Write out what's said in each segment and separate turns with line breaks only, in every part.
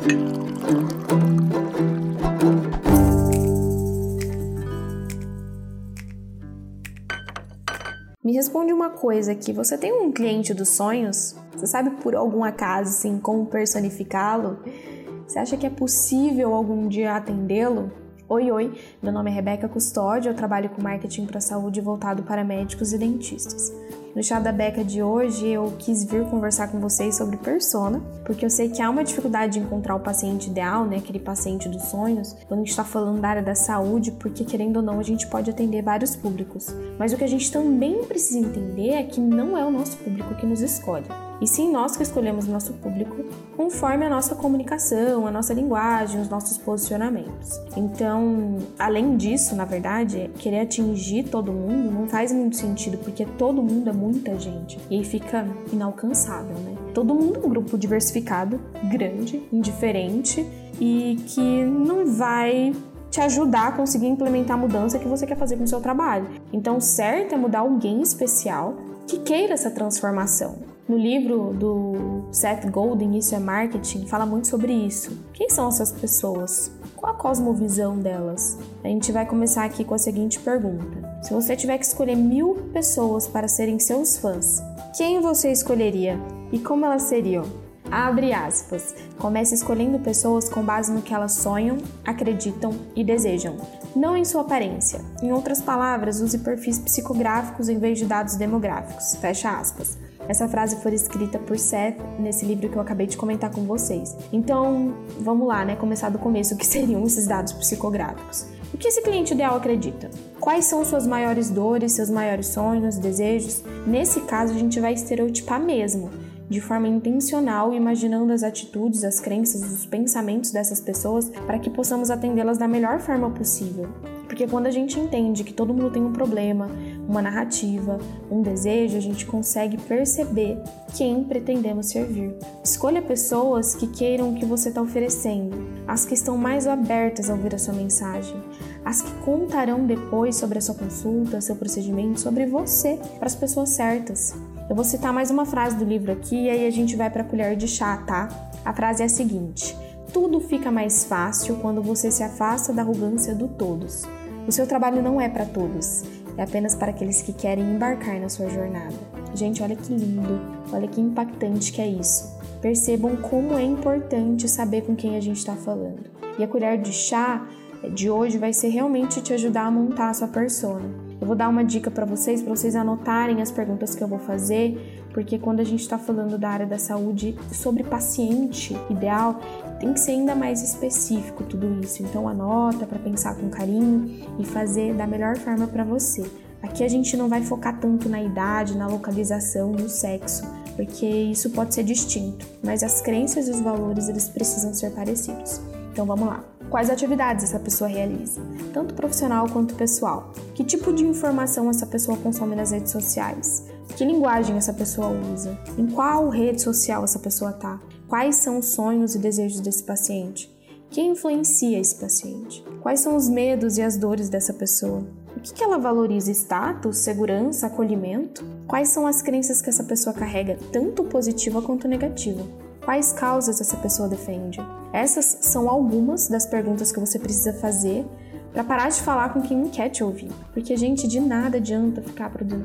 Me responde uma coisa aqui, você tem um cliente dos sonhos? Você sabe por algum acaso, assim, como personificá-lo? Você acha que é possível algum dia atendê-lo? Oi, meu nome é Rebeca Custódio, eu trabalho com marketing para a saúde voltado para médicos e dentistas. No Chá da Beca de hoje eu quis vir conversar com vocês sobre persona, porque eu sei que há uma dificuldade de encontrar o paciente ideal, né, aquele paciente dos sonhos, quando a gente está falando da área da saúde, porque querendo ou não a gente pode atender vários públicos. Mas o que a gente também precisa entender é que não é o nosso público que nos escolhe. E sim nós que escolhemos o nosso público conforme a nossa comunicação, a nossa linguagem, os nossos posicionamentos. Então, além disso, na verdade, querer atingir todo mundo não faz muito sentido, porque todo mundo é muita gente. E aí fica inalcançável, né? Todo mundo é um grupo diversificado, grande, indiferente e que não vai te ajudar a conseguir implementar a mudança que você quer fazer com o seu trabalho. Então, o certo é mudar alguém especial que queira essa transformação. No livro do Seth Godin, Isso é Marketing, fala muito sobre isso. Quem são essas pessoas? Qual a cosmovisão delas? A gente vai começar aqui com a seguinte pergunta. Se você tiver que escolher 1000 pessoas para serem seus fãs, quem você escolheria? E como elas seriam? Abre aspas. Comece escolhendo pessoas com base no que elas sonham, acreditam e desejam, não em sua aparência. Em outras palavras, use perfis psicográficos em vez de dados demográficos. Fecha aspas. Essa frase foi escrita por Seth nesse livro que eu acabei de comentar com vocês. Então, vamos lá, né? Começar do começo, o que seriam esses dados psicográficos? O que esse cliente ideal acredita? Quais são suas maiores dores, seus maiores sonhos, desejos? Nesse caso, a gente vai estereotipar mesmo, de forma intencional, imaginando as atitudes, as crenças, os pensamentos dessas pessoas para que possamos atendê-las da melhor forma possível. Porque quando a gente entende que todo mundo tem um problema, uma narrativa, um desejo, a gente consegue perceber quem pretendemos servir. Escolha pessoas que queiram o que você está oferecendo, as que estão mais abertas a ouvir a sua mensagem, as que contarão depois sobre a sua consulta, seu procedimento, sobre você, para as pessoas certas. Eu vou citar mais uma frase do livro aqui e aí a gente vai para a colher de chá, tá? A frase é a seguinte: tudo fica mais fácil quando você se afasta da arrogância do todos. O seu trabalho não é para todos, é apenas para aqueles que querem embarcar na sua jornada. Gente, olha que lindo, olha que impactante que é isso. Percebam como é importante saber com quem a gente está falando. E a colher de chá de hoje vai ser realmente te ajudar a montar a sua persona. Eu vou dar uma dica para vocês anotarem as perguntas que eu vou fazer, porque quando a gente está falando da área da saúde sobre paciente ideal, tem que ser ainda mais específico tudo isso. Então anota para pensar com carinho e fazer da melhor forma para você. Aqui a gente não vai focar tanto na idade, na localização, no sexo, porque isso pode ser distinto, mas as crenças e os valores eles precisam ser parecidos. Então vamos lá. Quais atividades essa pessoa realiza, tanto profissional quanto pessoal? Que tipo de informação essa pessoa consome nas redes sociais? Que linguagem essa pessoa usa? Em qual rede social essa pessoa está? Quais são os sonhos e desejos desse paciente? Quem influencia esse paciente? Quais são os medos e as dores dessa pessoa? O que ela valoriza? Status, segurança, acolhimento? Quais são as crenças que essa pessoa carrega, tanto positiva quanto negativa? Quais causas essa pessoa defende? Essas são algumas das perguntas que você precisa fazer para parar de falar com quem não quer te ouvir. Porque, gente, de nada adianta ficar produzindo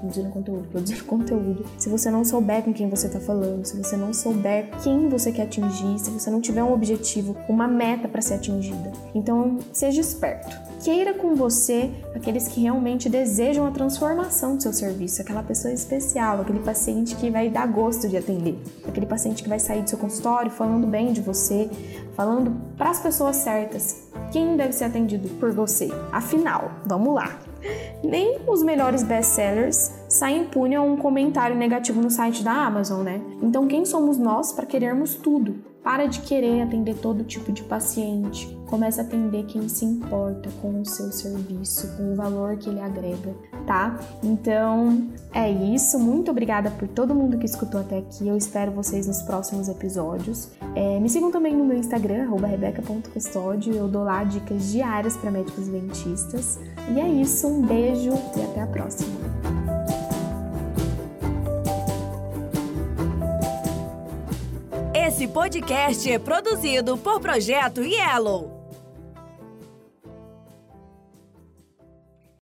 conteúdo. Se você não souber com quem você está falando, se você não souber quem você quer atingir, se você não tiver um objetivo, uma meta para ser atingida. Então, seja esperto. Queira com você aqueles que realmente desejam a transformação do seu serviço, aquela pessoa especial, aquele paciente que vai dar gosto de atender, aquele paciente que vai sair do seu consultório falando bem de você, falando para as pessoas certas quem deve ser atendido por você. Afinal, vamos lá. Nem os melhores best-sellers saem impunes a um comentário negativo no site da Amazon, né? Então quem somos nós para querermos tudo? Para de querer atender todo tipo de paciente. Comece a atender quem se importa com o seu serviço, com o valor que ele agrega, tá? Então, é isso. Muito obrigada por todo mundo que escutou até aqui. Eu espero vocês nos próximos episódios. Me sigam também no meu Instagram, @rebeca.custódio. Eu dou lá dicas diárias para médicos e dentistas. E é isso. Um beijo e até a próxima.
Esse podcast é produzido por Projeto Yellow.